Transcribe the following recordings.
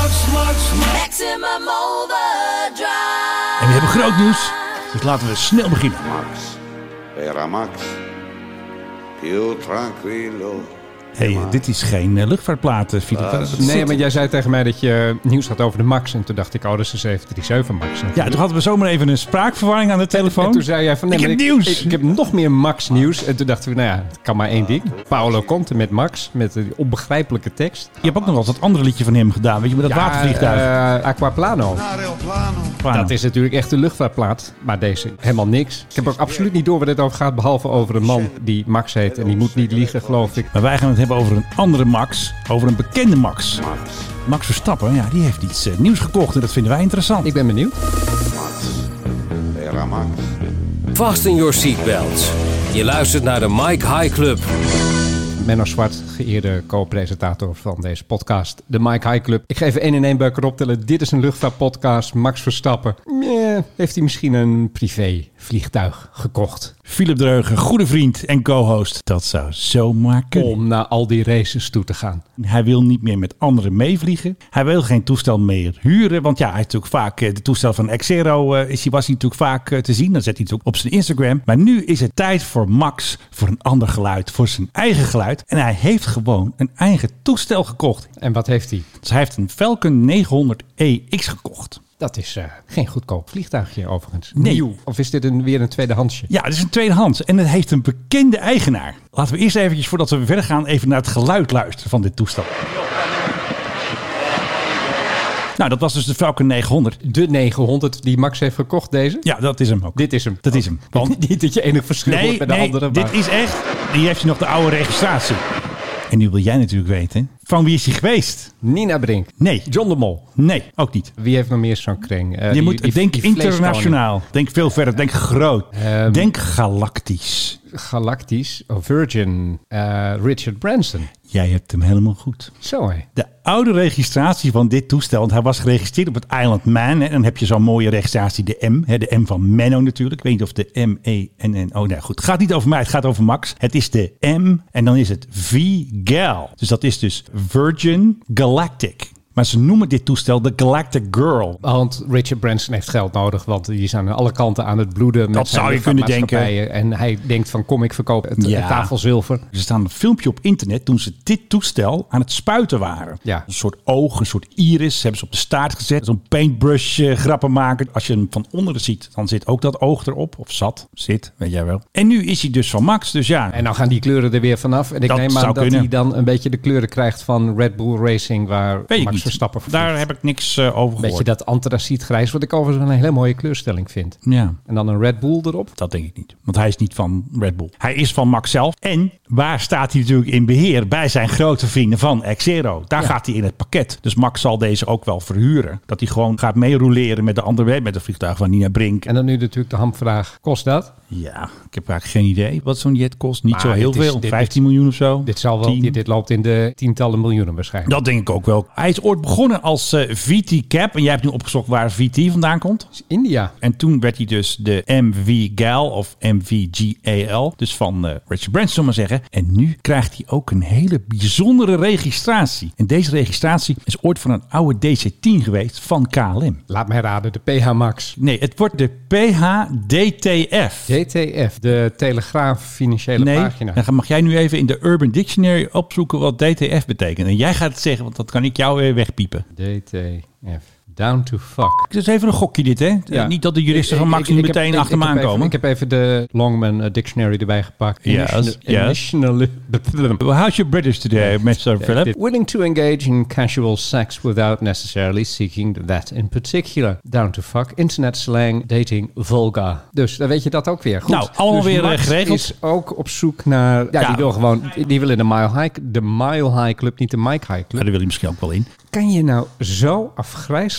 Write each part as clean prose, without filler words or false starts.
Maximum Overdrive. En we hebben groot nieuws, dus laten we snel beginnen. Max, era Max, più tranquillo. Hey, dit is geen luchtvaartplaat, Philip. Nee, maar jij zei tegen mij dat je nieuws had over de Max. En toen dacht ik, dat is een 737 Max. Ja, toen hadden we zomaar even een spraakverwarring aan de telefoon. En toen zei jij van, nee, ik heb nieuws. Ik heb nog meer Max nieuws. En toen dachten we, nou ja, het kan maar één ding. Paolo Conte met Max, met een onbegrijpelijke tekst. Je hebt ook nog wel dat andere liedje van hem gedaan, weet je, met dat watervliegtuig. Aquaplano. Dat is natuurlijk echt een luchtvaartplaat. Maar deze helemaal niks. Ik heb ook absoluut niet door waar dit over gaat, behalve over een man die Max heet. En die moet niet liegen, geloof ik. Maar wij gaan het hebben over een andere Max, over een bekende Max. Max Verstappen, ja, die heeft iets nieuws gekocht en dat vinden wij interessant. Ik ben benieuwd. Era Max. Fasten your seatbelts. Je luistert naar de Mike High Club. Menno Zwart, geëerde co-presentator van deze podcast, de Mike High Club. Ik ga even 1 in 1 bij elkaar optellen. Dit is een luchtvaartpodcast. Max Verstappen. Heeft hij misschien een privévliegtuig gekocht? Philip Dreugen, goede vriend en co-host. Dat zou zomaar kunnen. Om naar al die races toe te gaan. Hij wil niet meer met anderen meevliegen. Hij wil geen toestel meer huren. Want ja, hij heeft natuurlijk vaak de toestel van Xero was hij natuurlijk vaak te zien. Dan zet hij het ook op zijn Instagram. Maar nu is het tijd voor Max, voor een ander geluid, voor zijn eigen geluid. En hij heeft gewoon een eigen toestel gekocht. En wat heeft hij? Dus hij heeft een Falcon 900EX gekocht. Dat is geen goedkoop vliegtuigje overigens. Nee. Nieuw. Of is dit weer een tweedehandsje? Ja, het is een tweedehands en het heeft een bekende eigenaar. Laten we eerst eventjes, voordat we verder gaan, even naar het geluid luisteren van dit toestel. Nou, dat was dus de Falcon 900. De 900 die Max heeft gekocht, deze? Ja, dat is hem ook. Dit is hem. Dat is hem. Want niet dat je enig verschil wordt met de andere. Dit is echt. Die heeft je nog de oude registratie. En nu wil jij natuurlijk weten, van wie is hij geweest? Nina Brink. Nee. John de Mol. Nee, ook niet. Wie heeft nog meer zo'n kring? Je moet denk internationaal. Denk veel verder. Denk groot. Denk galactisch. Galactisch. Virgin. Richard Branson. Jij hebt hem helemaal goed. Zo hé. De oude registratie van dit toestel, want hij was geregistreerd op het Island Man. En dan heb je zo'n mooie registratie, de M. De M van Menno natuurlijk. Ik weet niet of de M-E-N-N... Oh nee, goed. Het gaat niet over mij, het gaat over Max. Het is de M en dan is het V-Gal. Dus dat is dus Virgin Galactic. Maar ze noemen dit toestel de Galactic Girl. Want Richard Branson heeft geld nodig, want die zijn aan alle kanten aan het bloeden. Met dat zou je kunnen denken. En hij denkt van, kom, ik verkoop het tafelzilver. Er staat een filmpje op internet toen ze dit toestel aan het spuiten waren. Ja. Een soort oog, een soort iris, hebben ze op de staart gezet. Zo'n paintbrush grappen maken. Als je hem van onderen ziet, dan zit ook dat oog erop. Of zit, weet jij wel. En nu is hij dus van Max, dus ja. En nou gaan die kleuren er weer vanaf. En ik neem aan dat hij dan een beetje de kleuren krijgt van Red Bull Racing, waar Max Verstappen vliegt. Daar heb ik niks over gehoord. Beetje dat antracietgrijs, wat ik overigens wel een hele mooie kleurstelling vind. Ja. En dan een Red Bull erop? Dat denk ik niet. Want hij is niet van Red Bull. Hij is van Max zelf. En waar staat hij natuurlijk in beheer? Bij zijn grote vrienden van Xero. Daar gaat hij in het pakket. Dus Max zal deze ook wel verhuren. Dat hij gewoon gaat meeroleren met de andere, met het vliegtuig van Nina Brink. En dan nu natuurlijk de hamvraag. Kost dat? Ja, ik heb eigenlijk geen idee wat zo'n jet kost. Niet zo heel veel. 15 miljoen of zo. Dit zal wel. Dit loopt in de tientallen miljoenen waarschijnlijk. Dat denk ik ook wel. Hij is ooit begonnen als VT Cap. En jij hebt nu opgezocht waar VT vandaan komt. Dat is India. En toen werd hij dus de MV Gal of MVGAL. Dus van Richard Branson, zullen we maar zeggen. En nu krijgt hij ook een hele bijzondere registratie. En deze registratie is ooit van een oude DC-10 geweest van KLM. Laat mij raden, de PH Max. Nee, het wordt de PH-DTF. DTF, de Telegraaf financiële pagina. Dan mag jij nu even in de Urban Dictionary opzoeken wat DTF betekent. En jij gaat het zeggen, want dat kan ik jou weer wegpiepen. DTF. Down to fuck. Het is even een gokje dit, hè? Ja. Niet dat de juristen van Max meteen achter me aankomen. Ik heb even de Longman Dictionary erbij gepakt. Yes. How's your British today, Mr. Philip? Willing to engage in casual sex without necessarily seeking that in particular. Down to fuck. Internet slang, dating, vulgar. Dus dan weet je dat ook weer. Goed. Nou, allemaal dus weer Max geregeld. Is ook op zoek naar... Ja, die wil gewoon... Die wil in de Mile High Club, niet de Mike High Club. Ja, daar wil hij misschien ook wel in. Kan je nou zo afgrijselijk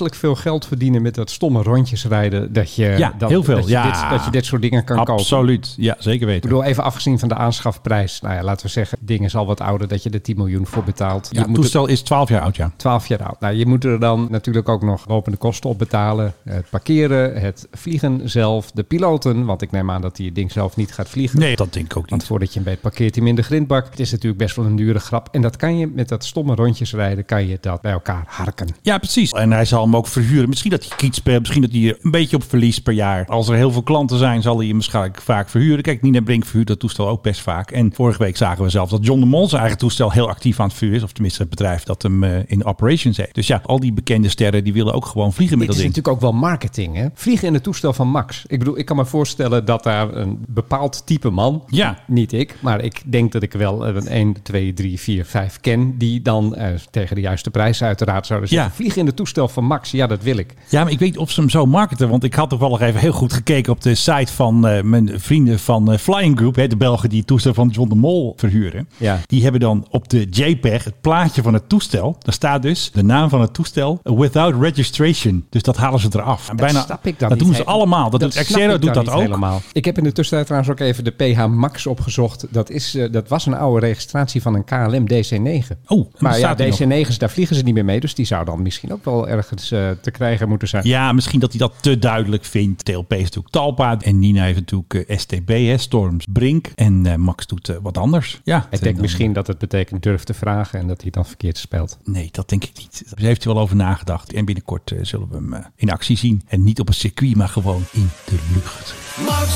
vreselijk veel geld verdienen met dat stomme rondjes rijden. Dat je, heel veel. Dat je dit soort dingen kan kopen. Absoluut. Ja, zeker weten. Ik bedoel, even afgezien van de aanschafprijs. Nou ja, laten we zeggen, het ding is al wat ouder dat je er 10 miljoen voor betaalt. Het toestel is 12 jaar oud, ja. 12 jaar oud. Nou, je moet er dan natuurlijk ook nog lopende kosten op betalen. Het parkeren, het vliegen zelf, de piloten. Want ik neem aan dat die het ding zelf niet gaat vliegen. Nee, dat denk ik ook niet. Want voordat je hem weet, parkeert hij hem in de grindbak. Het is natuurlijk best wel een dure grap. En dat kan je met dat stomme rondjes rijden, kan je dat bij elkaar harken. Ja, precies. En hij zal hem ook verhuren. Misschien dat hij kietspeelt. Misschien dat hij een beetje op verlies per jaar. Als er heel veel klanten zijn, zal hij hem waarschijnlijk vaak verhuren. Kijk, Nina Brink verhuurt dat toestel ook best vaak. En vorige week zagen we zelfs dat John de Mol zijn eigen toestel heel actief aan het vuur is. Of tenminste het bedrijf dat hem in operations heeft. Dus ja, al die bekende sterren die willen ook gewoon vliegen met dat ding. Het is natuurlijk ook wel marketing, hè? Vliegen in het toestel van Max. Ik bedoel, ik kan me voorstellen dat daar een bepaald type man, niet ik, maar ik denk dat ik wel 1, 2, 3, 4, 5 ken, die dan tegen de juiste prijs uiteraard zouden zeggen, vliegen in het toestel van Max, ja, dat wil ik. Ja, maar ik weet niet of ze hem zo marketen, want ik had toevallig even heel goed gekeken op de site van mijn vrienden van Flying Group, de Belgen die het toestel van John de Mol verhuren. Ja. Die hebben dan op de JPEG het plaatje van het toestel. Daar staat dus de naam van het toestel without registration. Dus dat halen ze eraf. Dat snap ik dan dat niet. doen ze allemaal. Dat doet Xero doet dat ook. Helemaal. Ik heb in de tussentijd trouwens ook even de PH Max opgezocht. Dat was een oude registratie van een KLM DC-9. Oh, maar ja, DC-9's, daar vliegen ze niet meer mee. Dus die zou dan misschien ook wel ergens te krijgen moeten zijn. Ja, misschien dat hij dat te duidelijk vindt. TLP is natuurlijk Talpa. En Nina heeft natuurlijk STB, Storms Brink. En Max doet wat anders. Ja, ik denk misschien dat het betekent durf te vragen en dat hij dan verkeerd speelt. Nee, dat denk ik niet. Daar heeft hij wel over nagedacht. En binnenkort zullen we hem in actie zien. En niet op een circuit, maar gewoon in de lucht. Max,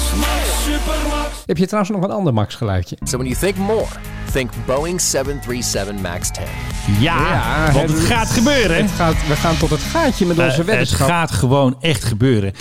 Supermax. Heb je trouwens nog een ander Max geluidje? So when you think more, think Boeing 737 MAX 10. Ja, want het gaat gebeuren. We gaan tot het gaatje met onze weddenschap. Het gaat gewoon echt gebeuren.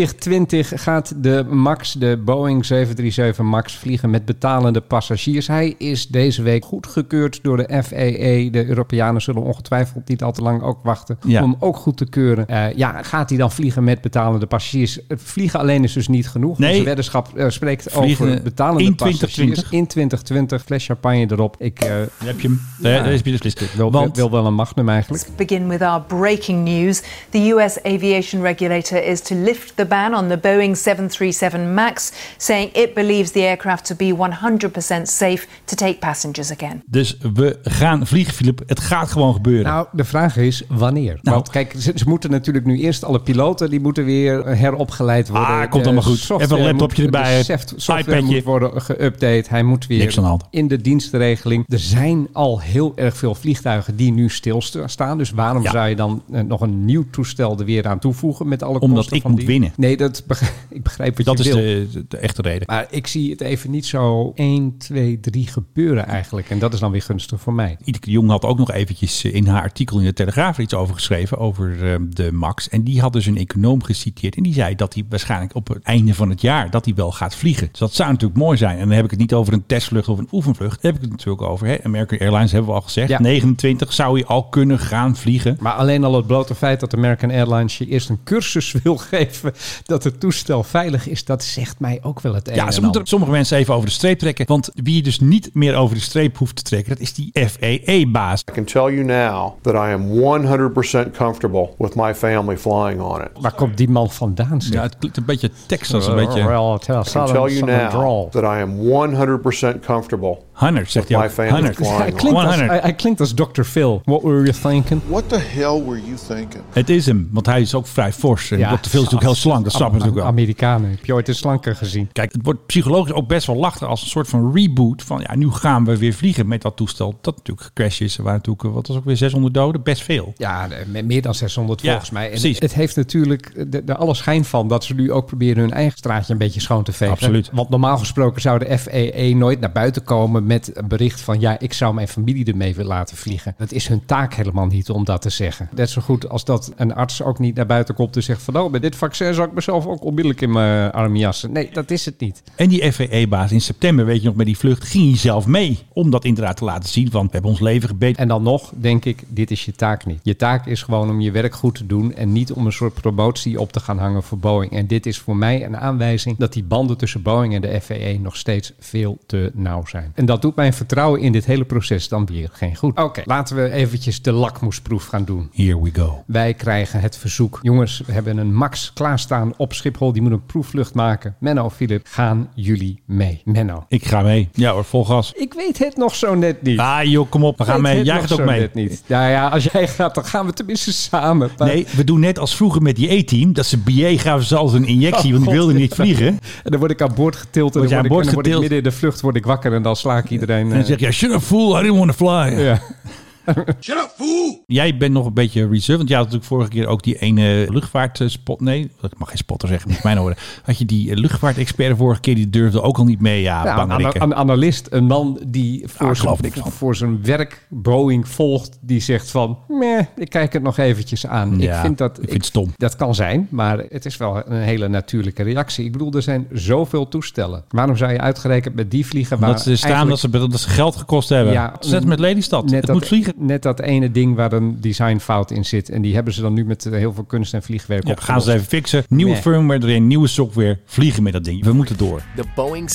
2020 gaat de Max, de Boeing 737 MAX, vliegen met betalende passagiers. Hij is deze week goedgekeurd door de FAA. De Europeanen zullen ongetwijfeld niet al te lang ook wachten om hem ook goed te keuren. Gaat hij dan vliegen met betalende passagiers? Vliegen alleen is dus niet genoeg. Nee. Onze weddenschap spreekt over betalende passagiers. In 2020, fles champagne erop. Heb je hem? Daar is je beslist. Ik wil wel een magnum eigenlijk. Let's begin with our breaking news. The US aviation regulator is to lift the ban on the Boeing 737 MAX, saying it believes the aircraft to be 100% safe to take passengers again. Dus we gaan vliegen, Philip. Het gaat gewoon gebeuren. Nou, de vraag is wanneer? Want kijk, ze moeten natuurlijk nu eerst alle piloten, die moeten weer heropgeleid worden. Komt allemaal goed. Even een laptopje erbij. De software moet worden geüpdate. Hij moet weer in de dienstregeling. Er zijn al heel erg veel vliegtuigen die nu stilstaan. Dus waarom zou je dan nog een nieuw toestel er weer aan toevoegen met alle kosten? Omdat ik moet winnen. Nee, ik begrijp wat je wil. Dat is de echte reden. Maar ik zie het even niet zo 1, 2, 3 gebeuren eigenlijk. En dat is dan weer gunstig voor mij. Ideke de Jong had ook nog eventjes in haar artikel in de Telegraaf iets over geschreven. Over de MAX. En die had dus een econoom geciteerd. En die zei dat hij waarschijnlijk op het einde van het jaar dat hij wel gaat vliegen. Dus dat zou natuurlijk mooi zijn. En dan heb ik het niet over een testvlucht of een oefenvlucht. Daar heb ik het natuurlijk over. American Airlines hebben we al gezegd. 29 zou je al kunnen gaan vliegen. Maar alleen al het blote feit dat American Airlines je eerst een cursus wil geven dat het toestel veilig is, dat zegt mij ook wel het een. Ja, ze moeten sommige mensen even over de streep trekken. Want wie je dus niet meer over de streep hoeft te trekken, dat is die FAA-baas. I can tell you now that I am 100% comfortable with my family flying on it. Waar komt die man vandaan? Zeg? Ja, het klinkt een beetje Texas, een beetje. I can tell you now that I am 100% comfortable 100, zegt hij. 100. Hij klinkt als Dr. Phil. What were you thinking? What the hell were you thinking? Het is hem, want hij is ook vrij fors. En Dr. Phil is natuurlijk heel slank, dat snappen we natuurlijk wel. Amerikanen, heb je ooit een slanker gezien? Kijk, het wordt psychologisch ook best wel lastig als een soort van reboot. Van ja, nu gaan we weer vliegen met dat toestel. Dat natuurlijk gecrashed is. Er waren natuurlijk, wat was ook weer 600 doden? Best veel. Ja, meer dan 600 volgens mij. En het heeft natuurlijk er alle schijn van dat ze nu ook proberen hun eigen straatje een beetje schoon te vegen. Absoluut. Want normaal gesproken zou de FAA nooit naar buiten komen met een bericht van ja, ik zou mijn familie ermee willen laten vliegen. Dat is hun taak helemaal niet om dat te zeggen. Net zo goed als dat een arts ook niet naar buiten komt en zegt van nou, bij dit vaccin zou ik mezelf ook onmiddellijk in mijn arm jassen. Nee, dat is het niet. En die FAA-baas in september, weet je nog, met die vlucht ging hij zelf mee. Om dat inderdaad te laten zien van we hebben ons leven gebeten. En dan nog denk ik, dit is je taak niet. Je taak is gewoon om je werk goed te doen en niet om een soort promotie op te gaan hangen voor Boeing. En dit is voor mij een aanwijzing dat die banden tussen Boeing en de FAA nog steeds veel te nauw zijn. En dat dat doet mijn vertrouwen in dit hele proces dan weer geen goed. Oké, laten we eventjes de lakmoesproef gaan doen. Here we go. Wij krijgen het verzoek. Jongens, we hebben een Max klaarstaan op Schiphol. Die moet een proefvlucht maken. Menno, Philip, gaan jullie mee? Menno. Ik ga mee. Ja hoor, vol gas. Ik weet het nog zo net niet. Ah joh, kom op. We gaan mee. Jij gaat ook mee. Niet. Nou ja, als jij gaat, dan gaan we tenminste samen. Maar... Nee, we doen net als vroeger met die E-team. Dat ze BA gaven ze altijd een injectie, want die wilde niet vliegen. En dan word ik aan boord getild. En dan word ik midden in de vlucht word ik wakker en dan sla ik iedereen. En dan zeg je, shut up fool, I didn't want to fly. Ja. Shut up, fool! Jij bent nog een beetje reserved, want jij had natuurlijk vorige keer ook die ene luchtvaartspot. Nee, ik mag geen spotter zeggen, niet mijn horen. Had je die luchtvaartexpert vorige keer, die durfde ook al niet mee. Ja, een analist, een man die voor zijn werk Boeing volgt, die zegt van, ik kijk het nog eventjes aan. Ja, ik vind het stom. Dat kan zijn, maar het is wel een hele natuurlijke reactie. Ik bedoel, er zijn zoveel toestellen. Waarom zou je uitgerekend met die vliegen? Omdat ze staan dat ze geld gekost hebben. Ja, zet met Lelystad. Het moet vliegen. Net dat ene ding waar een designfout in zit. En die hebben ze dan nu met heel veel kunst en vliegwerk op. Gaan ze even fixen. Nieuwe firmware erin, nieuwe software. Vliegen met dat ding. We moeten door. De Boeing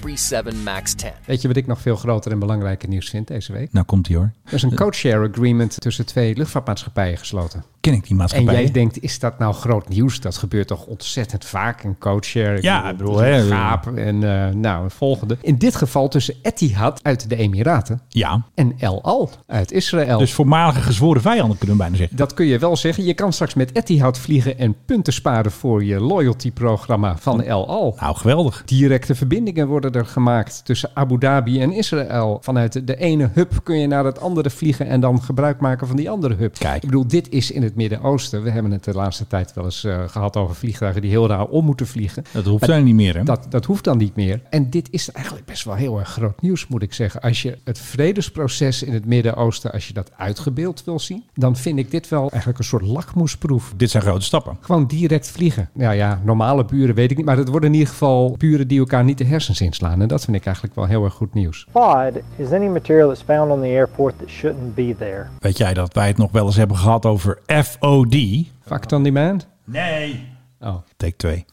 737 MAX 10. Weet je wat ik nog veel groter en belangrijker nieuws vind deze week? Nou komt ie hoor. Er is een codeshare agreement tussen 2 luchtvaartmaatschappijen gesloten. Ken ik die maatschappij? En jij denkt, is dat nou groot nieuws? Dat gebeurt toch ontzettend vaak. Een codeshare. Ja, gaap en het volgende. In dit geval tussen Etihad uit de Emiraten. Ja. En El Al uit Israël. Dus voormalige gezworen vijanden kunnen we bijna zeggen. Dat kun je wel zeggen. Je kan straks met Etihad vliegen en punten sparen voor je loyalty-programma van El Al. Nou, geweldig. Directe verbindingen worden er gemaakt tussen Abu Dhabi en Israël. Vanuit de ene hub kun je naar het andere vliegen en dan gebruik maken van die andere hub. Kijk. Ik bedoel, dit is in het Midden-Oosten. We hebben het de laatste tijd wel eens gehad over vliegtuigen die heel raar om moeten vliegen. Dat hoeft dan niet meer, hè? Dat hoeft dan niet meer. En dit is eigenlijk best wel heel erg groot nieuws, moet ik zeggen. Als je het vredesproces in het Midden-Oosten, als je dat uitgebeeld wil zien, dan vind ik dit wel eigenlijk een soort lakmoesproef. Dit zijn grote stappen. Gewoon direct vliegen. Ja, normale buren weet ik niet. Maar het worden in ieder geval buren die elkaar niet de hersens inslaan. En dat vind ik eigenlijk wel heel erg goed nieuws. FOD is any material that's found on the airport that shouldn't be there. Weet jij dat wij het nog wel eens hebben gehad over FOD? Fact on demand? Nee. Oh. Take 2.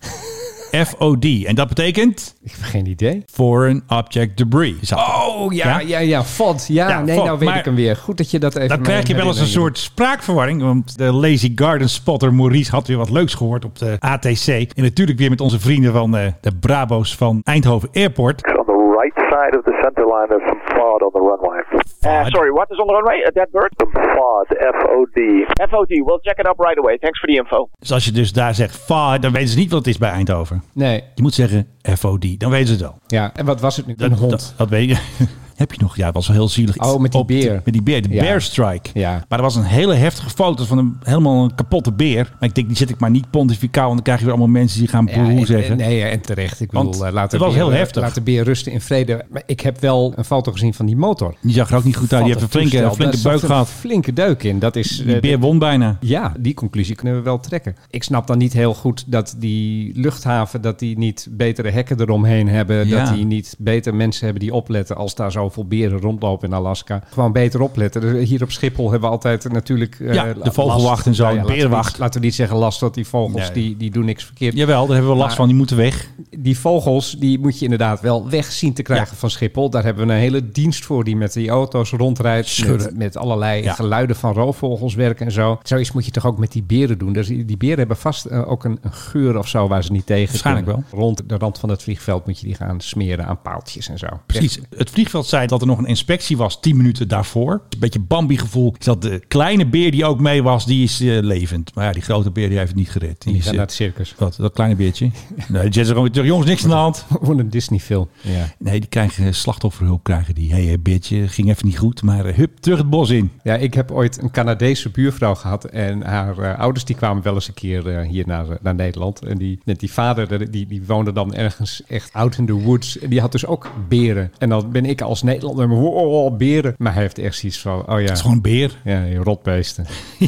FOD. En dat betekent? Ik heb geen idee. Foreign Object Debris. Oh, ja. FOD. Ja, nee, FOD. Nou weet ik hem weer. Goed dat je dat even... Dan krijg je wel eens een soort spraakverwarring. Want de Lazy Garden spotter Maurice had weer wat leuks gehoord op de ATC. En natuurlijk weer met onze vrienden van de Brabo's van Eindhoven Airport. On the right side of the center line, there's some FOD on the runway. Sorry, what is on the runway? A dead bird? Some FOD, F-O-D. FOD, we'll check it up right away. Thanks for the info. Dus als je dus daar zegt FOD, dan weten ze niet wat het is bij Eindhoven. Nee. Je moet zeggen FOD, dan weten ze het wel. Ja, en wat was het nu? Een hond. Dat weet je. Heb je nog? Ja, het was wel heel zielig. Oh, met die beer. Met die beer, de Bear Strike. Ja. Maar er was een hele heftige foto van helemaal een kapotte beer. Maar ik denk, die zet ik maar niet pontificaal, want dan krijg je weer allemaal mensen die gaan boehoe zeggen. Nee, en terecht. Ik bedoel, het was heel heftig. Laat de beer rusten in vrede. Maar ik heb wel een foto gezien van die motor. Die zag er ook niet goed uit. Die heeft een flinke beuk gehad. Een flinke deuk in. Dat is, die beer won bijna. Ja, die conclusie kunnen we wel trekken. Ik snap dan niet heel goed dat die luchthaven, dat die niet betere hekken eromheen hebben. Ja. Dat die niet beter mensen hebben die opletten als daar zoveel beren rondlopen in Alaska. Gewoon beter opletten. Hier op Schiphol hebben we altijd natuurlijk de vogelwacht en zo, de berenwacht. Laten we niet zeggen last, want die vogels die doen niks verkeerd. Jawel, daar hebben we last van. Die moeten weg. Die vogels, die moet je inderdaad wel weg zien te krijgen van Schiphol. Daar hebben we een hele dienst voor die met die auto's rondrijdt. Met allerlei geluiden van roofvogels werken en zo. Zoiets moet je toch ook met die beren doen. Dus die beren hebben vast ook een geur of zo waar ze niet tegen waarschijnlijk kunnen. wel. Rond de rand van het vliegveld moet je die gaan smeren aan paaltjes en zo. Precies. Het vliegveld zei dat er nog een inspectie was 10 minuten daarvoor. Een beetje Bambi gevoel. Is dat de kleine beer die ook mee was, die is levend. Maar ja, die grote beer die heeft het niet gered. Die is naar het circus. Wat? Dat kleine beertje? Nee, die zetten gewoon weer terug. Jongens, niks aan de hand. Gewoon een Disney film. Ja. Nee, die krijgen slachtofferhulp. Krijgen die. Hey, beertje, ging even niet goed. Maar hup, terug het bos in. Ja, ik heb ooit een Canadese buurvrouw gehad. En haar ouders die kwamen wel eens een keer hier naar Nederland. En die vader, die woonde dan ergens echt out in the woods. En die had dus ook beren. En dan ben ik als Nederlander, beren. Maar hij heeft echt zoiets van, oh ja. Het is gewoon een beer. Ja, die rotbeesten.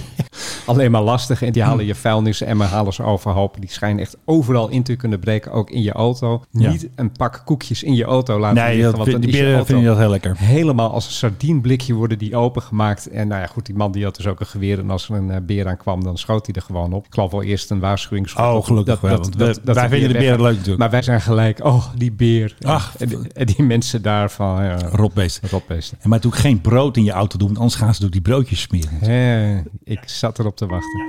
Alleen maar lastig. En die halen je vuilnis en maar halen ze overhoop. Die schijnen echt overal in te kunnen breken. Ook in je auto. Ja. Niet een pak koekjes in je auto laten liggen. Want dan die beren vinden dat heel lekker. Helemaal als een sardienblikje worden die opengemaakt. En nou ja, goed, die man die had dus ook een geweer. En als er een beer aankwam, dan schoot hij er gewoon op. Ik geloof wel eerst een waarschuwingsschot. Oh, gelukkig wel. Wij vinden de beren leuk natuurlijk. Maar wij zijn gelijk, die beer. Ach, en die mensen daar van, ja, Rotbeesten. Rotbeesten. En maar natuurlijk geen brood in je auto doen, want anders gaan ze door die broodjes smeren. Ik zat erop te wachten.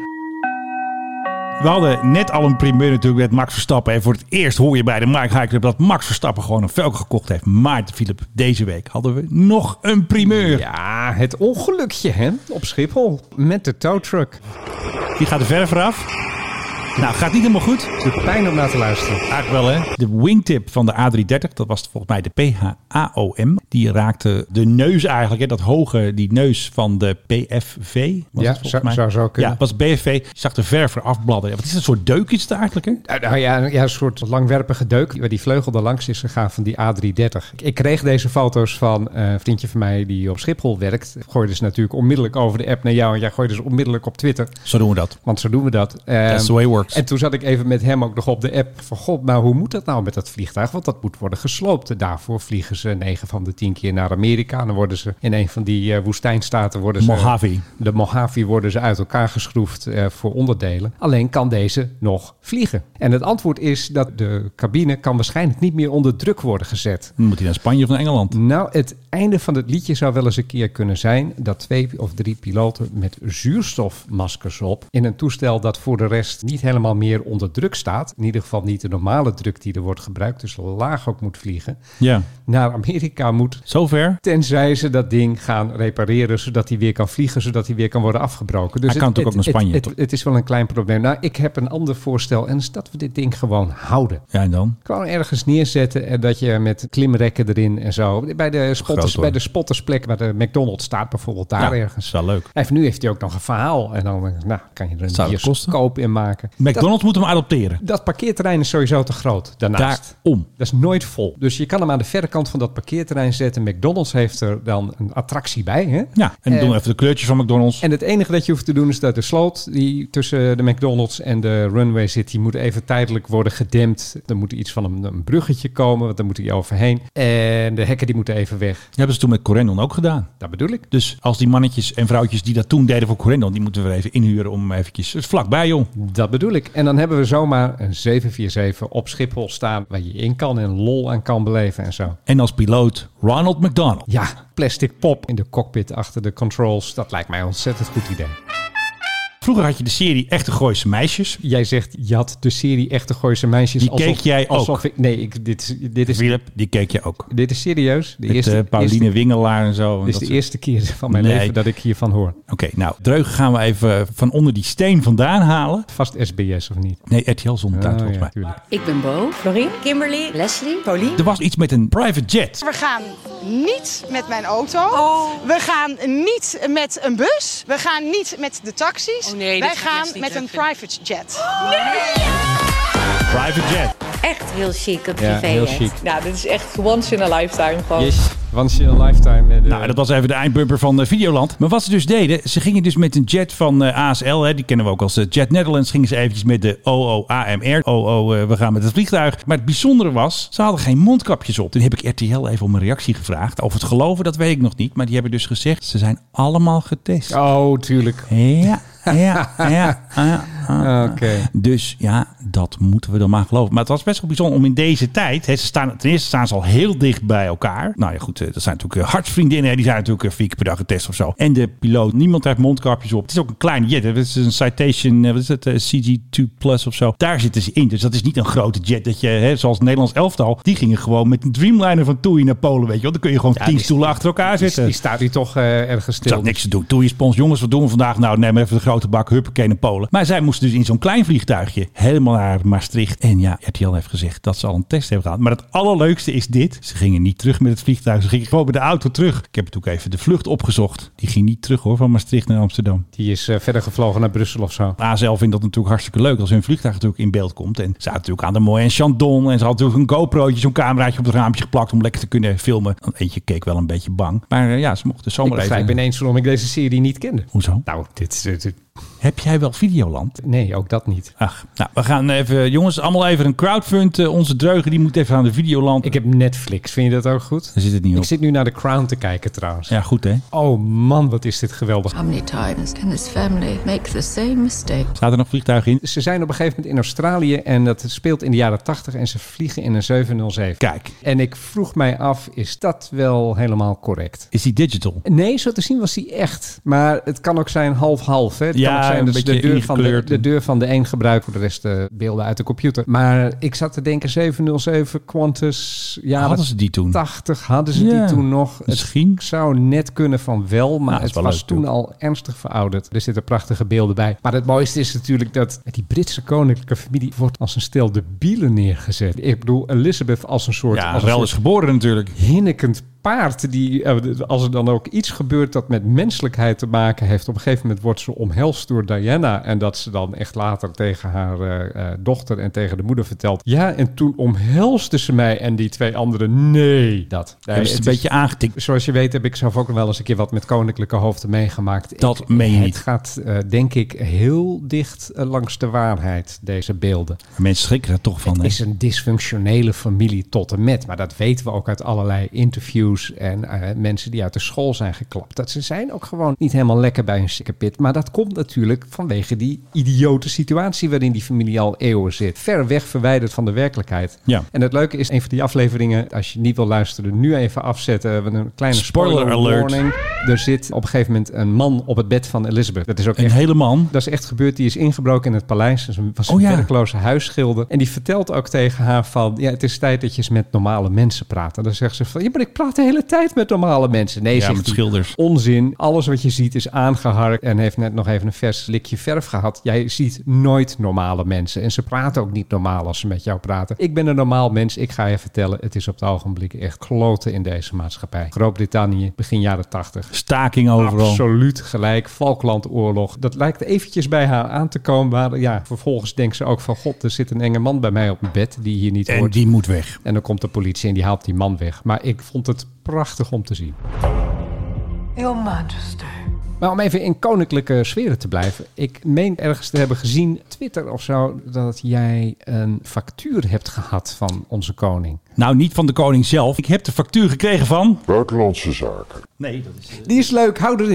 We hadden net al een primeur natuurlijk met Max Verstappen. En voor het eerst hoor je bij de Mike High Club dat Max Verstappen gewoon een velg gekocht heeft. Maar Philip, deze week hadden we nog een primeur. Ja, het ongelukje hè, op Schiphol met de towtruck. Die gaat er verder vooraf. Nou, gaat niet helemaal goed. Het doet pijn om naar te luisteren. Eigenlijk wel, hè. De wingtip van de A330, dat was volgens mij de PHAOM. Die raakte de neus eigenlijk, hè. Dat hoge, die neus van de PFV. Ja, zou zo kunnen. Ja, was BFV. Je zag de verf eraf bladderen. Wat is dat, een soort deuk is het eigenlijk, hè? Nou ja, een soort langwerpige deuk waar die vleugel er langs is gegaan van die A330. Ik kreeg deze foto's van een vriendje van mij die op Schiphol werkt. Gooide ze natuurlijk onmiddellijk over de app naar jou en jij gooide ze onmiddellijk op Twitter. Zo doen we dat. Want zo doen we dat. That's the way it works. En toen zat ik even met hem ook nog op de app van god, maar hoe moet dat nou met dat vliegtuig? Want dat moet worden gesloopt. Daarvoor vliegen ze 9 van de 10 keer naar Amerika. En dan worden ze in een van die woestijnstaten de Mojave worden ze uit elkaar geschroefd voor onderdelen. Alleen kan deze nog vliegen. En het antwoord is dat de cabine kan waarschijnlijk niet meer onder druk worden gezet. Dan moet hij naar Spanje of naar Engeland? Nou, het einde van het liedje zou wel eens een keer kunnen zijn dat 2 of 3 piloten met zuurstofmaskers op in een toestel dat voor de rest niet helemaal meer onder druk staat. In ieder geval niet de normale druk die er wordt gebruikt. Dus laag ook moet vliegen. Ja. Naar Amerika moet. Zover? Tenzij ze dat ding gaan repareren. Zodat hij weer kan vliegen. Zodat hij weer kan worden afgebroken. Dus hij kan natuurlijk ook naar Spanje. Het is wel een klein probleem. Nou, ik heb een ander voorstel. En is dat we dit ding gewoon houden. Ja, en dan? Gewoon ergens neerzetten. En dat je met klimrekken erin en zo. Bij de spottersplek waar de McDonald's staat bijvoorbeeld. Daar ergens. Dat is wel leuk. En nu heeft hij ook nog een verhaal. En dan kan je er een bioscoop in maken. McDonald's moet hem adopteren. Dat parkeerterrein is sowieso te groot. Daarnaast. Daarom. Dat is nooit vol. Dus je kan hem aan de verre kant van dat parkeerterrein zetten. McDonald's heeft er dan een attractie bij. Hè? Ja, en doen even de kleurtjes van McDonald's. En het enige dat je hoeft te doen is dat de sloot die tussen de McDonald's en de runway zit, die moet even tijdelijk worden gedempt. Er moet iets van een bruggetje komen, want daar moet hij overheen. En de hekken die moeten even weg. Hebben ze toen met Corendon ook gedaan. Dat bedoel ik. Dus als die mannetjes en vrouwtjes die dat toen deden voor Corendon, die moeten we even inhuren om eventjes. Het is vlakbij, joh. Dat bedoel ik. En dan hebben we zomaar een 747 op Schiphol staan waar je in kan en lol aan kan beleven en zo. En als piloot Ronald McDonald. Ja, plastic pop in de cockpit achter de controls. Dat lijkt mij een ontzettend goed idee. Vroeger had je de serie Echte Gooise Meisjes. Jij zegt, je had de serie Echte Gooise Meisjes. Die keek jij ook. Dit is... Philip, die keek je ook. Dit is serieus. Pauline Wingelaar en zo. Dit is de eerste keer van mijn leven dat ik hiervan hoor. Oké, nou, Dreugen gaan we even van onder die steen vandaan halen. Vast SBS of niet? Nee, RTL zonder tijd volgens mij. Tuurlijk. Ik ben Bo, Florien, Kimberly, Leslie, Pauline. Er was iets met een private jet. We gaan niet met mijn auto. We gaan niet met een bus. We gaan niet met de taxis. Nee, wij gaan met een private jet. Nee! Private jet. Echt heel chic, een privé. Ja, heel chic. Nou, dit is echt once in a lifetime gewoon. Yes, once in a lifetime. Nou, dat was even de eindbumper van Videoland. Maar wat ze dus deden, ze gingen dus met een jet van ASL, hè, die kennen we ook als Jet Netherlands, gingen ze eventjes met de OO-AMR. We gaan met het vliegtuig. Maar het bijzondere was, ze hadden geen mondkapjes op. Toen heb ik RTL even om een reactie gevraagd. Of het geloven, dat weet ik nog niet. Maar die hebben dus gezegd, ze zijn allemaal getest. Oh, tuurlijk. Ja. Oké. Dus ja, dat moeten we dan maar geloven. Maar het was best wel bijzonder om in deze tijd. Hè, ten eerste staan ze al heel dicht bij elkaar. Nou ja, goed, dat zijn natuurlijk hartsvriendinnen. Hè, die zijn natuurlijk 4 keer per dag getest of zo. En de piloot, niemand heeft mondkapjes op. Het is ook een kleine jet. Het is een Citation, wat is het, CG2 Plus of zo. Daar zitten ze in. Dus dat is niet een grote jet dat je, hè, zoals het Nederlands elftal, die gingen gewoon met een Dreamliner van TUI naar Polen, weet je wel. Dan kun je gewoon 10 stoelen achter elkaar zitten. Die staat hier toch ergens stil. Er zat niks te doen. TUI spons, jongens, wat doen we vandaag? Nou, neem even de grote bak, huppakee naar Polen. Maar zij moesten dus in zo'n klein vliegtuigje helemaal naar Maastricht. En ja, RTL heeft gezegd dat ze al een test hebben gehad. Maar het allerleukste is dit. Ze gingen niet terug met het vliegtuig. Ze gingen gewoon met de auto terug. Ik heb natuurlijk even de vlucht opgezocht. Die ging niet terug hoor, van Maastricht naar Amsterdam. Die is verder gevlogen naar Brussel of zo. ASL vindt dat natuurlijk hartstikke leuk als hun vliegtuig natuurlijk in beeld komt. En ze zaten natuurlijk aan de Moët en Chandon. En ze had natuurlijk een GoPro'tje, zo'n cameraatje op het raampje geplakt om lekker te kunnen filmen. Eentje keek wel een beetje bang. Maar ja, ze mochten zomaar even... Ik begrijp ineens waarom ik deze serie niet kende. Hoezo? Nou, dit Heb jij wel Videoland? Nee, ook dat niet. Ach, nou, we gaan even, jongens, allemaal even een crowdfund. Onze dreugen, die moet even aan de Videoland. Ik heb Netflix. Vind je dat ook goed? Daar zit het niet op. Ik zit nu naar The Crown te kijken trouwens. Ja, goed hè? Oh man, wat is dit geweldig. How many times can this family make the same mistake? Staat er nog vliegtuig in? Ze zijn op een gegeven moment in Australië en dat speelt in de jaren 80 en ze vliegen in een 707. Kijk. En ik vroeg mij af, is dat wel helemaal correct? Is die digital? Nee, zo te zien was die echt. Maar het kan ook zijn half-half. Hè? Het Ja, kan ook zijn dat een ze beetje de deur van de een gebruiken, voor de rest beelden uit de computer. Maar ik zat te denken, 707 Qantas, hadden ze die toen? 80 hadden ze die toen nog. Misschien. Het zou net kunnen van wel, maar het was leuk, toen al ernstig verouderd. Er zitten prachtige beelden bij. Maar het mooiste is natuurlijk dat die Britse koninklijke familie wordt als een stel debielen neergezet. Ik bedoel, Elizabeth als een soort... Ja, Rel is geboren natuurlijk. Hinnekend paard die, als er dan ook iets gebeurt dat met menselijkheid te maken heeft, op een gegeven moment wordt ze omhelst door Diana en dat ze dan echt later tegen haar dochter en tegen de moeder vertelt. Ja, en toen omhelsde ze mij en die twee anderen. Nee, dat. Hebben ze het een beetje aangetikt. Zoals je weet heb ik zelf ook wel eens een keer wat met koninklijke hoofden meegemaakt. Dat meen je niet. Het gaat, denk ik, heel dicht langs de waarheid, deze beelden. Mensen schrikken er toch van. Het is een dysfunctionele familie tot en met, maar dat weten we ook uit allerlei interviews en mensen die uit de school zijn geklapt. Dat ze zijn ook gewoon niet helemaal lekker bij een sikkepit. Maar dat komt natuurlijk vanwege die idiote situatie waarin die familie al eeuwen zit. Ver weg verwijderd van de werkelijkheid. Ja. En het leuke is, een van die afleveringen, als je niet wil luisteren, nu even afzetten. Een kleine spoiler alert. Warning. Er zit op een gegeven moment een man op het bed van Elizabeth. Dat is ook een echt, hele man? Dat is echt gebeurd. Die is ingebroken in het paleis. Dat was een werkloze huisschilder. En die vertelt ook tegen haar van, ja, het is tijd dat je eens met normale mensen praat. En dan zegt ze van, ja, maar ik praat de hele tijd met normale mensen. Nee, zegt met schilders. Onzin. Alles wat je ziet is aangeharkt en heeft net nog even een vers likje verf gehad. Jij ziet nooit normale mensen. En ze praten ook niet normaal als ze met jou praten. Ik ben een normaal mens. Ik ga je vertellen, het is op het ogenblik echt kloten in deze maatschappij. Groot-Brittannië, begin jaren 80. Staking overal. Absoluut gelijk. Falklandoorlog. Dat lijkt eventjes bij haar aan te komen. Maar ja, vervolgens denkt ze ook van, god, er zit een enge man bij mij op mijn bed die hier niet hoort. En die moet weg. En dan komt de politie en die haalt die man weg. Maar ik vond het prachtig om te zien. Your Majesty. Maar om even in koninklijke sferen te blijven. Ik meen ergens te hebben gezien, Twitter of zo, dat jij een factuur hebt gehad van onze koning. Nou, niet van de koning zelf. Ik heb de factuur gekregen van... Buitenlandse Zaken. Nee, dat is... Die is leuk. Hou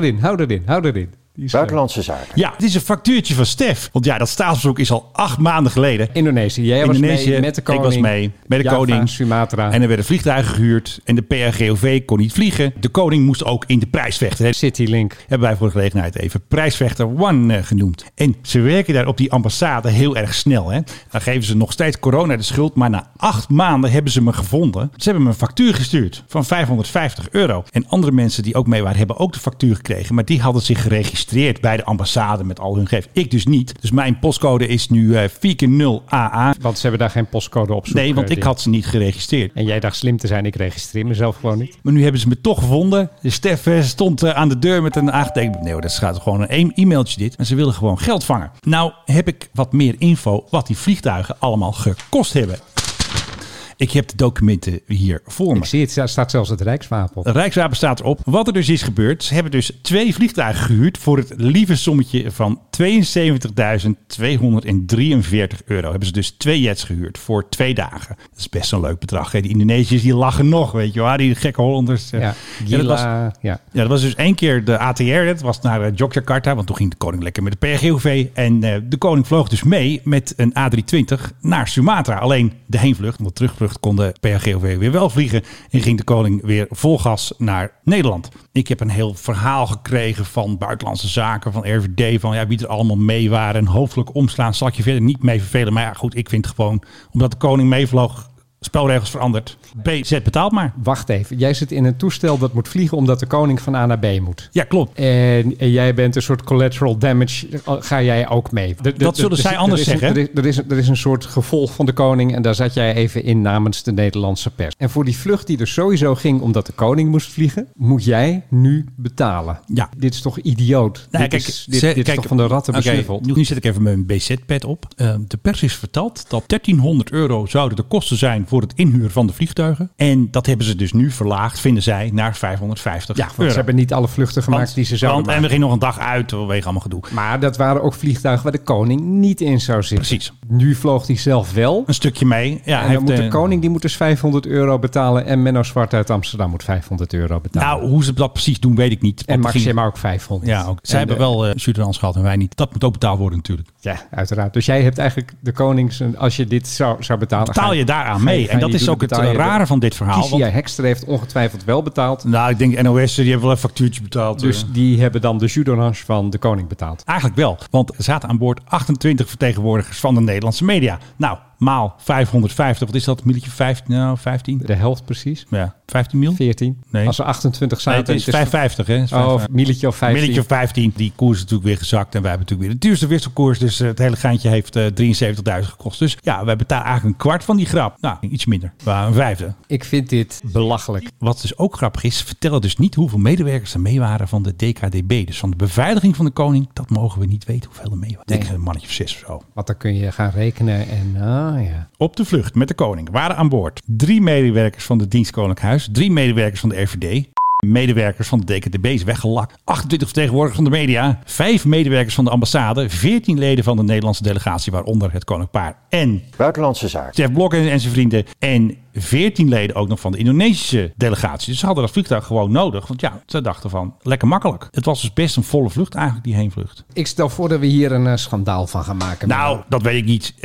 erin. Buitenlandse Zaken. Ja, het is een factuurtje van Stef. Want ja, dat staatsbezoek is al 8 maanden geleden. Indonesië. Jij was mee met de koning. Ik was mee met de koning. Sumatra. En er werden vliegtuigen gehuurd. En de PRGOV kon niet vliegen. De koning moest ook in de prijsvechter. Citylink. Hebben wij voor de gelegenheid even prijsvechter One genoemd. En ze werken daar op die ambassade heel erg snel. Hè? Dan geven ze nog steeds corona de schuld. Maar na 8 maanden hebben ze me gevonden. Ze hebben me een factuur gestuurd van €550. En andere mensen die ook mee waren, hebben ook de factuur gekregen. Maar die hadden zich geregistreerd bij de ambassade met al hun gegevens. Ik dus niet. Dus mijn postcode is nu 4x0AA. Want ze hebben daar geen postcode op zoek. Nee, want ik had ze niet geregistreerd. En jij dacht slim te zijn, ik registreer mezelf gewoon niet. Maar nu hebben ze me toch gevonden. De Stef stond aan de deur met een aangetekend... Nee, dat gaat gewoon een e-mailtje dit. En ze willen gewoon geld vangen. Nou heb ik wat meer info wat die vliegtuigen allemaal gekost hebben. Ik heb de documenten hier voor me. Ik zie het, er staat zelfs het Rijkswapen op. Het Rijkswapen staat erop. Wat er dus is gebeurd, ze hebben dus 2 vliegtuigen gehuurd voor het lieve sommetje van €72.243. Hebben ze dus 2 jets gehuurd voor 2 dagen. Dat is best een leuk bedrag. Hè? Die Indonesiërs die lachen nog, weet je wel. Die gekke Hollanders. Dat was dus 1 keer de ATR. Dat was naar Yogyakarta, want toen ging de koning lekker met de PRGOV. En de koning vloog dus mee met een A320 naar Sumatra. Alleen de heenvlucht, want de terugvlucht kon de PRGOV weer wel vliegen. En ging de koning weer vol gas naar Nederland. Ik heb een heel verhaal gekregen van Buitenlandse Zaken, van RVD, van ja, wie er allemaal mee waren. En hoofdelijk omslaan zal ik je verder niet mee vervelen. Maar ja, goed, ik vind gewoon, omdat de koning meevloog, spelregels veranderd. BZ betaalt maar. Wacht even. Jij zit in een toestel dat moet vliegen omdat de koning van A naar B moet. Ja, klopt. En jij bent een soort collateral damage. Ga jij ook mee? Dat zullen zij anders zeggen. Er is een soort gevolg van de koning en daar zat jij even in namens de Nederlandse pers. En voor die vlucht die er sowieso ging omdat de koning moest vliegen, moet jij nu betalen. Ja. Dit is toch idioot? Nou, dit is toch van de ratten besnuffeld? Nu zet ik even mijn BZ-pad op. De pers is verteld dat €1300 zouden de kosten zijn voor het inhuren van de vliegtuigen. En dat hebben ze dus nu verlaagd, vinden zij, naar €550. Ja, want ze hebben niet alle vluchten gemaakt die ze zouden maken. En we gingen nog een dag uit, vanwege allemaal gedoe. Maar dat waren ook vliegtuigen waar de koning niet in zou zitten. Precies. Nu vloog hij zelf wel. Een stukje mee. Ja, en dan moet de koning die moet dus €500 betalen. En Menno Zwart uit Amsterdam moet €500 betalen. Nou, hoe ze dat precies doen, weet ik niet. En Maxima ook 500. Ja, ook. Zij hebben wel Surinamers gehad en wij niet. Dat moet ook betaald worden natuurlijk. Ja, uiteraard. Dus jij hebt eigenlijk de konings, als je dit zou betalen... Betaal je daaraan mee. En dat is ook het rare van dit verhaal. Kiesja Hekster heeft ongetwijfeld wel betaald. Nou, ik denk NOS, die hebben wel een factuurtje betaald. Dus die hebben dan de judorange van de koning betaald. Eigenlijk wel, want er zaten aan boord 28 vertegenwoordigers van de Nederlandse media. Nou, maal 550, wat is dat? Milletje 15? De helft precies. Ja, 15 mil? 14. Nee. Als er 28 zaten... Nee, het is 550, hè? Of milletje of 15. Milletje of 15. Die koers is natuurlijk weer gezakt en wij hebben natuurlijk weer de duurste wisselkoers. Dus het hele geintje heeft 73.000 gekost. Dus ja, wij betalen eigenlijk een kwart van die grap. Nou, iets minder. Maar een vijfde. Ik vind dit belachelijk. Wat dus ook grappig is, ze vertellen dus niet hoeveel medewerkers er mee waren van de DKDB. Dus van de beveiliging van de koning, dat mogen we niet weten hoeveel er mee waren. Ik denk een mannetje of 6 of zo. Want dan kun je gaan rekenen en ja. Op de vlucht met de koning waren aan boord 3 medewerkers van de dienst Koninklijk Huis, 3 medewerkers van de RVD, medewerkers van de DKDB is weggelakt, 28 vertegenwoordigers van de media, 5 medewerkers van de ambassade, 14 leden van de Nederlandse delegatie, waaronder het koninklijk paar en Buitenlandse Zaken, Stef Blok en zijn vrienden en 14 leden ook nog van de Indonesische delegatie. Dus ze hadden dat vliegtuig gewoon nodig. Want ja, ze dachten van, lekker makkelijk. Het was dus best een volle vlucht eigenlijk, die heenvlucht. Ik stel voor dat we hier een schandaal van gaan maken. Nou, dat weet ik niet.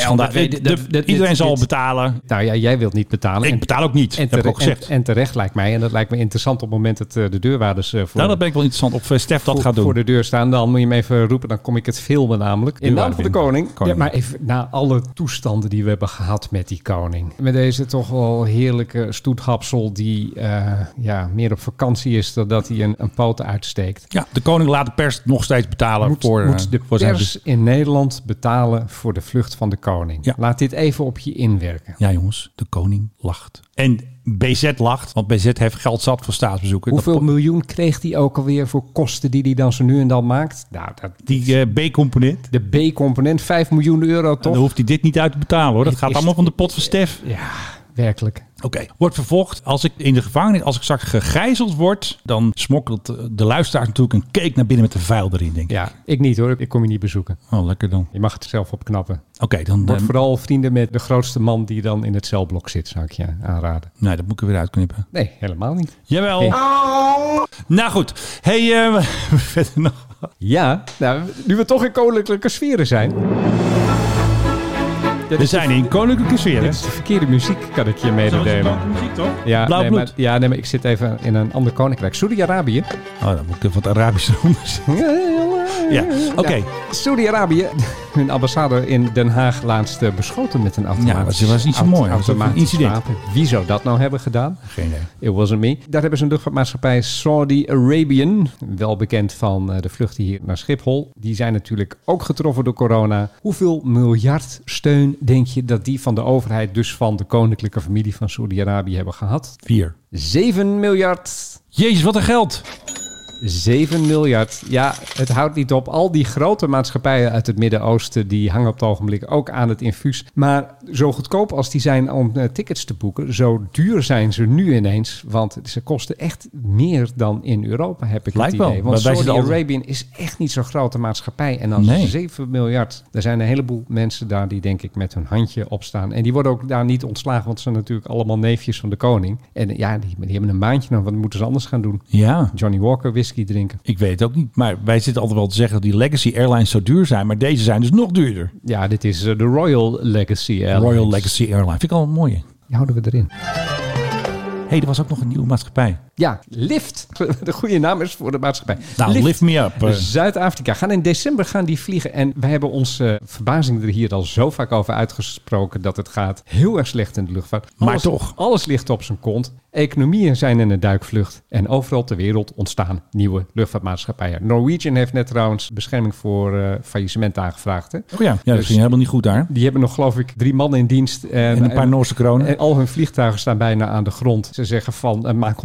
Iedereen zal betalen. Nou ja, jij wilt niet betalen. Ik betaal ook niet, heb ik ook gezegd. En terecht lijkt mij. En dat lijkt me interessant op het moment dat de deurwaarders... Nou, dat ben ik wel interessant of Stef dat gaat doen. Voor de deur staan. Dan moet je hem even roepen. Dan kom ik het filmen namelijk. In naam van de koning. Ja, maar even na alle toestanden die we hebben gehad met die koning. Met deze toch wel heerlijke stoethapsel die meer op vakantie is dan dat hij een poot uitsteekt. Ja, de koning laat de pers nog steeds betalen. Moet de pers in Nederland betalen voor de vlucht van de koning. Ja. Laat dit even op je inwerken. Ja jongens, de koning lacht. En BZ lacht, want BZ heeft geld zat voor staatsbezoeken. Hoeveel miljoen kreeg hij ook alweer voor kosten die hij dan zo nu en dan maakt? Nou, die B-component. De B-component, €5 miljoen toch? En dan hoeft hij dit niet uit te betalen hoor. Dat gaat allemaal van de pot van Stef. Ja, werkelijk. Oké, wordt vervolgd. Als ik in de gevangenis, als ik straks gegijzeld word, dan smokkelt de luisteraar natuurlijk een cake naar binnen met de vuil erin, denk ik. Ja, ik niet hoor. Ik kom je niet bezoeken. Oh, lekker dan. Je mag het zelf opknappen. Oké, dan word vooral vrienden met de grootste man die dan in het celblok zit, zou ik je aanraden. Nee, dat moet ik er weer uitknippen. Nee, helemaal niet. Jawel. Hey. Nou goed. Hey, verder nog. Ja, nou, nu we toch in koninklijke sferen zijn. We zijn in koninklijke sfeer. Dit is de verkeerde muziek, kan ik je mededelen. Muziek toch? Ja, Blauw bloed. Maar ik zit even in een ander koninkrijk. Saudi-Arabië. Oh, dan moet ik even wat Arabische onders. Ja, oké. Ja, Saudi-Arabië, hun ambassade in Den Haag laatst beschoten met een automatisch. Ja, dat was niet zo mooi. Dat was een incident. Wapen. Wie zou dat nou hebben gedaan? Geen idee. It wasn't me. Daar hebben ze een luchtvaartmaatschappij Saudi Arabian, wel bekend van de vluchten hier naar Schiphol. Die zijn natuurlijk ook getroffen door corona. Hoeveel miljard steun denk je dat die van de overheid, dus van de koninklijke familie van Saudi-Arabië hebben gehad? 4. 7 miljard. Jezus, wat een geld! 7 miljard. Ja, het houdt niet op. Al die grote maatschappijen uit het Midden-Oosten, die hangen op het ogenblik ook aan het infuus. Maar zo goedkoop als die zijn om tickets te boeken, zo duur zijn ze nu ineens. Want ze kosten echt meer dan in Europa, heb ik het idee. Want Saudi-Arabië is echt niet zo'n grote maatschappij. En dan 7 miljard. Er zijn een heleboel mensen daar die denk ik met hun handje opstaan. En die worden ook daar niet ontslagen, want ze zijn natuurlijk allemaal neefjes van de koning. En ja, die hebben een maandje nog. Wat moeten ze anders gaan doen? Ja. Johnny Walker whisky drinken. Ik weet het ook niet. Maar wij zitten altijd wel te zeggen dat die Legacy Airlines zo duur zijn. Maar deze zijn dus nog duurder. Ja, dit is de Royal Legacy Airlines. Royal Legacy Airlines. Vind ik al een mooie. Die houden we erin. Er was ook nog een nieuwe maatschappij. Ja, Lift. De goede naam is voor de maatschappij. Nou, Lift Me Up. Zuid-Afrika. In december gaan die vliegen. En wij hebben onze verbazing er hier al zo vaak over uitgesproken dat het gaat heel erg slecht in de luchtvaart. Maar toch. Alles ligt op zijn kont. Economieën zijn in een duikvlucht. En overal ter wereld ontstaan nieuwe luchtvaartmaatschappijen. Norwegian heeft net trouwens bescherming voor faillissement aangevraagd. Hè? Oh ja, dat ging helemaal niet goed daar. Die hebben nog geloof ik 3 man in dienst. En een paar Noorse kronen. En al hun vliegtuigen staan bijna aan de grond. Ze zeggen van maak ons alsjeblieft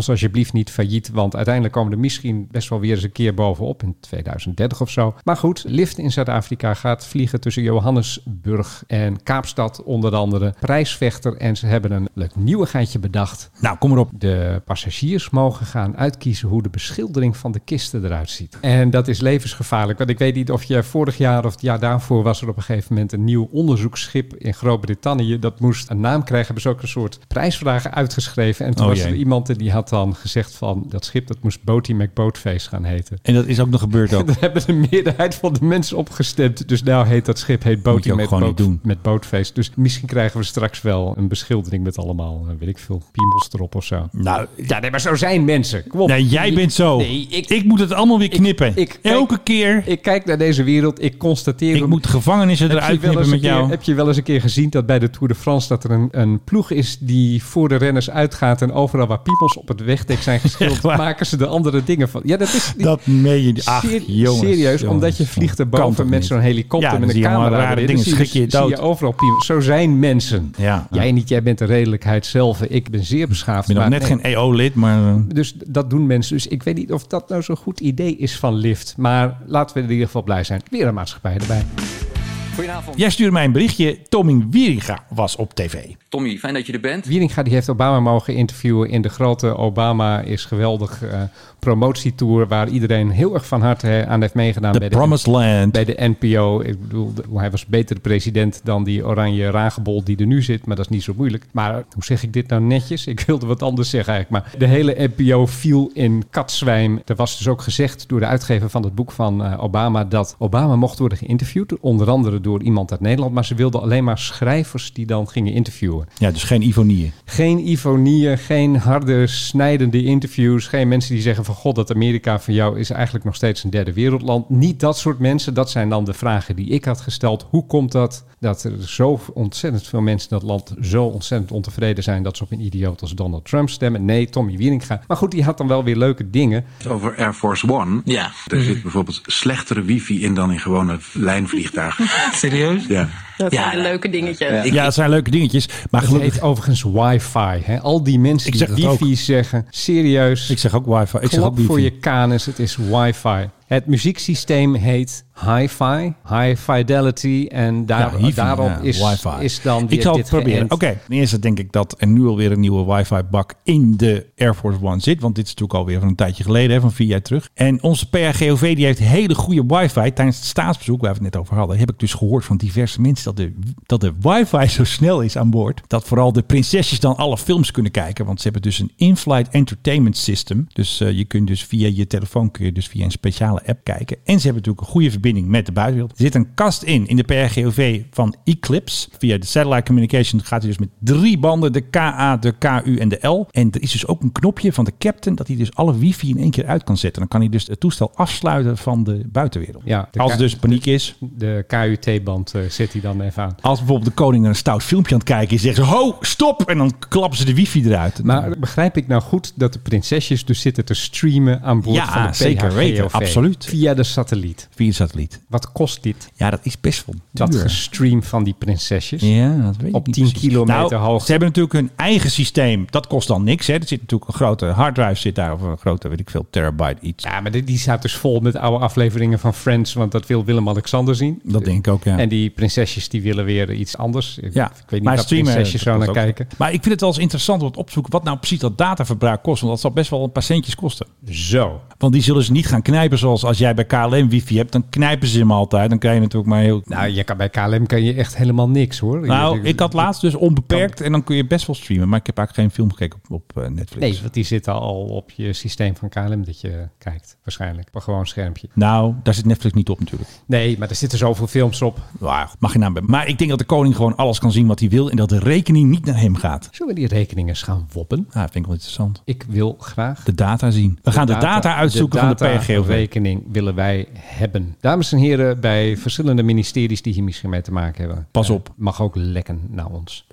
alsjeblieft niet failliet, want uiteindelijk komen er misschien best wel weer eens een keer bovenop in 2030 of zo. Maar goed, Lyft in Zuid-Afrika gaat vliegen tussen Johannesburg en Kaapstad, onder andere prijsvechter. En ze hebben een leuk nieuwigheidje bedacht. Nou, kom erop. De passagiers mogen gaan uitkiezen hoe de beschildering van de kisten eruit ziet. En dat is levensgevaarlijk, want ik weet niet of je vorig jaar of het jaar daarvoor was er op een gegeven moment een nieuw onderzoeksschip in Groot-Brittannië. Dat moest een naam krijgen, hebben ze ook een soort prijsvragen uitgeschreven. En toen was er iemand die had dan gezegd van dat schip dat moest Boatie McBoatface gaan heten. En dat is ook nog gebeurd ook. Daar hebben de meerderheid van de mensen opgestemd. Dus nou heet dat schip Boatie McBoatface. Dus misschien krijgen we straks wel een beschildering met allemaal, weet ik veel, piemels erop of zo. Nou, ja, nee, maar zo zijn mensen. Kom op. Nee, jij bent zo. Nee, ik moet het allemaal weer knippen. Elke keer. Ik kijk naar deze wereld. Ik constateer. Ik moet de gevangenissen eruit knippen met jou. Heb je wel eens een keer gezien dat bij de Tour de France dat er een ploeg is die voor de renners uitgaat en overal waar piemels op het wegdek zijn geschilderd, maken ze er andere dingen van. Ja, dat is. Dat meen je. Ach, jongens. Serieus, omdat je vliegt erboven met zo'n helikopter met een camera. Rare dingen schrik je dood. Zie je overal piemels. Zo zijn mensen. Ja. Jij niet. Jij bent de redelijkheid zelf. Ik ben zeer beschaafd. Ik ben nog net geen EO-lid, maar. Dus dat doen mensen. Dus ik weet niet of dat nou zo'n goed idee is van Lyft. Maar laten we in ieder geval blij zijn. Weer een maatschappij erbij. Goedenavond. Jij stuurde mij een berichtje. Tommy Wieringa was op tv. Tommy, fijn dat je er bent. Wieringa die heeft Obama mogen interviewen in de grote Obama is geweldig promotietour, waar iedereen heel erg van harte aan heeft meegedaan. The Promised Land. Bij de NPO. Ik bedoel, hij was beter president dan die oranje ragebol die er nu zit, maar dat is niet zo moeilijk. Maar hoe zeg ik dit nou netjes? Ik wilde wat anders zeggen eigenlijk. Maar de hele NPO viel in katzwijm. Er was dus ook gezegd door de uitgever van het boek van Obama dat Obama mocht worden geïnterviewd, onder andere door iemand uit Nederland, maar ze wilden alleen maar schrijvers die dan gingen interviewen. Ja, dus geen ironieën. Geen ironieën, geen harde, snijdende interviews, geen mensen die zeggen van god, dat Amerika van jou is eigenlijk nog steeds een derde wereldland. Niet dat soort mensen, dat zijn dan de vragen die ik had gesteld. Hoe komt dat er zo ontzettend veel mensen in dat land zo ontzettend ontevreden zijn dat ze op een idioot als Donald Trump stemmen? Nee, Tommy Wieringa. Maar goed, die had dan wel weer leuke dingen. Over Air Force One. Ja. Er zit bijvoorbeeld slechtere wifi in dan in gewone lijnvliegtuigen. Serieus? Ja. Dat zijn de leuke dingetjes. Ja, dat zijn leuke dingetjes. Maar het heet overigens wifi. Hè? Al die mensen die wifi zeggen, serieus. Ik zeg ook wifi. Ik zeg ook wifi. Voor je kanus, het is wifi. Het muzieksysteem heet Hi-Fi, High Fidelity. En daarop is dan weer ik zal het dit proberen. Oké, ten eerste denk ik dat er nu alweer een nieuwe wifi-bak in de Air Force One zit. Want dit is natuurlijk alweer van een tijdje geleden, van 4 jaar terug. En onze PRGOV die heeft hele goede wifi. Tijdens het staatsbezoek, waar we het net over hadden, heb ik dus gehoord van diverse mensen dat de wifi zo snel is aan boord. Dat vooral de prinsesjes dan alle films kunnen kijken. Want ze hebben dus een in-flight entertainment system. Dus je kunt dus via je telefoon via een speciale app kijken. En ze hebben natuurlijk een goede verbinding met de buitenwereld. Er zit een kast in de PRGOV van Eclipse. Via de satellite communication gaat hij dus met 3 banden. De KA, de KU en de L. En er is dus ook een knopje van de captain dat hij dus alle wifi in één keer uit kan zetten. Dan kan hij dus het toestel afsluiten van de buitenwereld. Ja, als er dus paniek is. De KUT-band zet hij dan even aan. Als bijvoorbeeld de koning naar een stout filmpje aan het kijken is, zeggen ze, ho, stop! En dan klappen ze de wifi eruit. Maar begrijp ik nou goed dat de prinsesjes dus zitten te streamen aan boord van de PRGOV? Zeker weten, absoluut. Via de satelliet. Via de satelliet. Wat kost dit? Ja, dat is best wel duur. Dat gestream van die prinsesjes. Ja, dat weet ik op niet 10 precies. kilometer hoogte. Ze hebben natuurlijk hun eigen systeem. Dat kost dan niks. Hè. Er zit natuurlijk een grote harddrive zit daar. Of een grote, weet ik veel, terabyte iets. Ja, maar die staat dus vol met oude afleveringen van Friends. Want dat wil Willem-Alexander zien. Dat denk ik ook, ja. En die prinsesjes die willen weer iets anders. Ik weet niet maar wat prinsesjes zo naar kijken. Maar ik vind het wel eens interessant om te opzoeken wat nou precies dat dataverbruik kost. Want dat zal best wel een paar centjes kosten. Zo. Want die zullen ze niet gaan knijpen zoals als jij bij KLM wifi hebt. Dan knijpen ze hem altijd. Dan krijg je natuurlijk maar heel... Nou, bij KLM kan je echt helemaal niks, hoor. Nou, ik had laatst dus onbeperkt. En dan kun je best wel streamen. Maar ik heb eigenlijk geen film gekeken op Netflix. Nee, want die zitten al op je systeem van KLM dat je kijkt. Waarschijnlijk. Op een gewoon schermpje. Nou, daar zit Netflix niet op natuurlijk. Nee, maar er zitten zoveel films op. Nou, mag je naam hebben. Maar ik denk dat de koning gewoon alles kan zien wat hij wil. En dat de rekening niet naar hem gaat. Zullen we die rekeningen eens gaan woppen? Ja, dat vind ik wel interessant. Ik wil graag de data zien. We gaan de data uitzoeken van de PRGOV. Rekening willen wij hebben. Dames en heren, bij verschillende ministeries die hier misschien mee te maken hebben. Pas op. Mag ook lekken naar ons.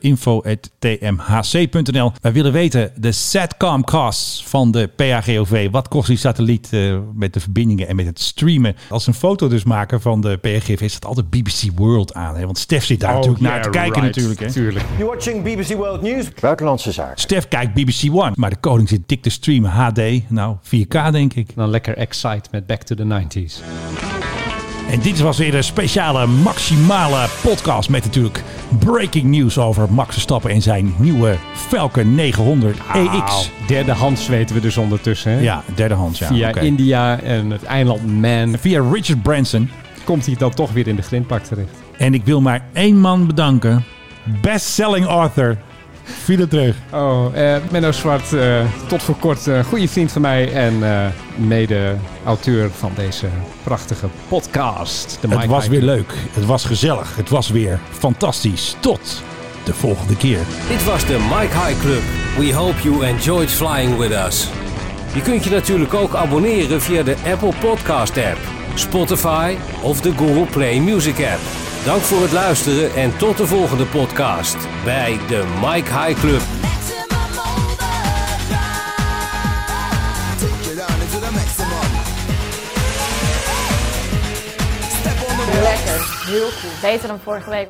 info@tmhc.nl. Wij willen weten de Satcom costs van de PRGOV. Wat kost die satelliet met de verbindingen en met het streamen? Als een foto dus maken van de PRGOV staat altijd BBC World aan. Hè? Want Want Stef zit daar natuurlijk naar te kijken natuurlijk. Hè? Tuurlijk. You're watching BBC World News. Buitenlandse zaken. Stef kijkt BBC One. Maar de koning zit dik te streamen HD. Nou, 4K denk ik. Dan lekker excite met Back to the 90s. En dit was weer een speciale maximale podcast met natuurlijk breaking news over Max Verstappen en zijn nieuwe Falcon 900 EX. Derdehands weten we dus ondertussen. Hè? Ja, derdehands. Ja. Via India en het eiland Man. Via Richard Branson. Komt hij dan toch weer in de grindbak terecht. En ik wil maar 1 man bedanken. Best-selling author. Viel terug. Menno Zwart, tot voor kort goede vriend van mij en mede-auteur van deze prachtige podcast. Het was weer leuk. Het was gezellig. Het was weer fantastisch. Tot de volgende keer. Dit was de Mike High Club. We hope you enjoyed flying with us. Je kunt je natuurlijk ook abonneren via de Apple Podcast app, Spotify of de Google Play Music app. Dank voor het luisteren en tot de volgende podcast bij de Mike High Club. Lekker, heel goed. Beter dan vorige week.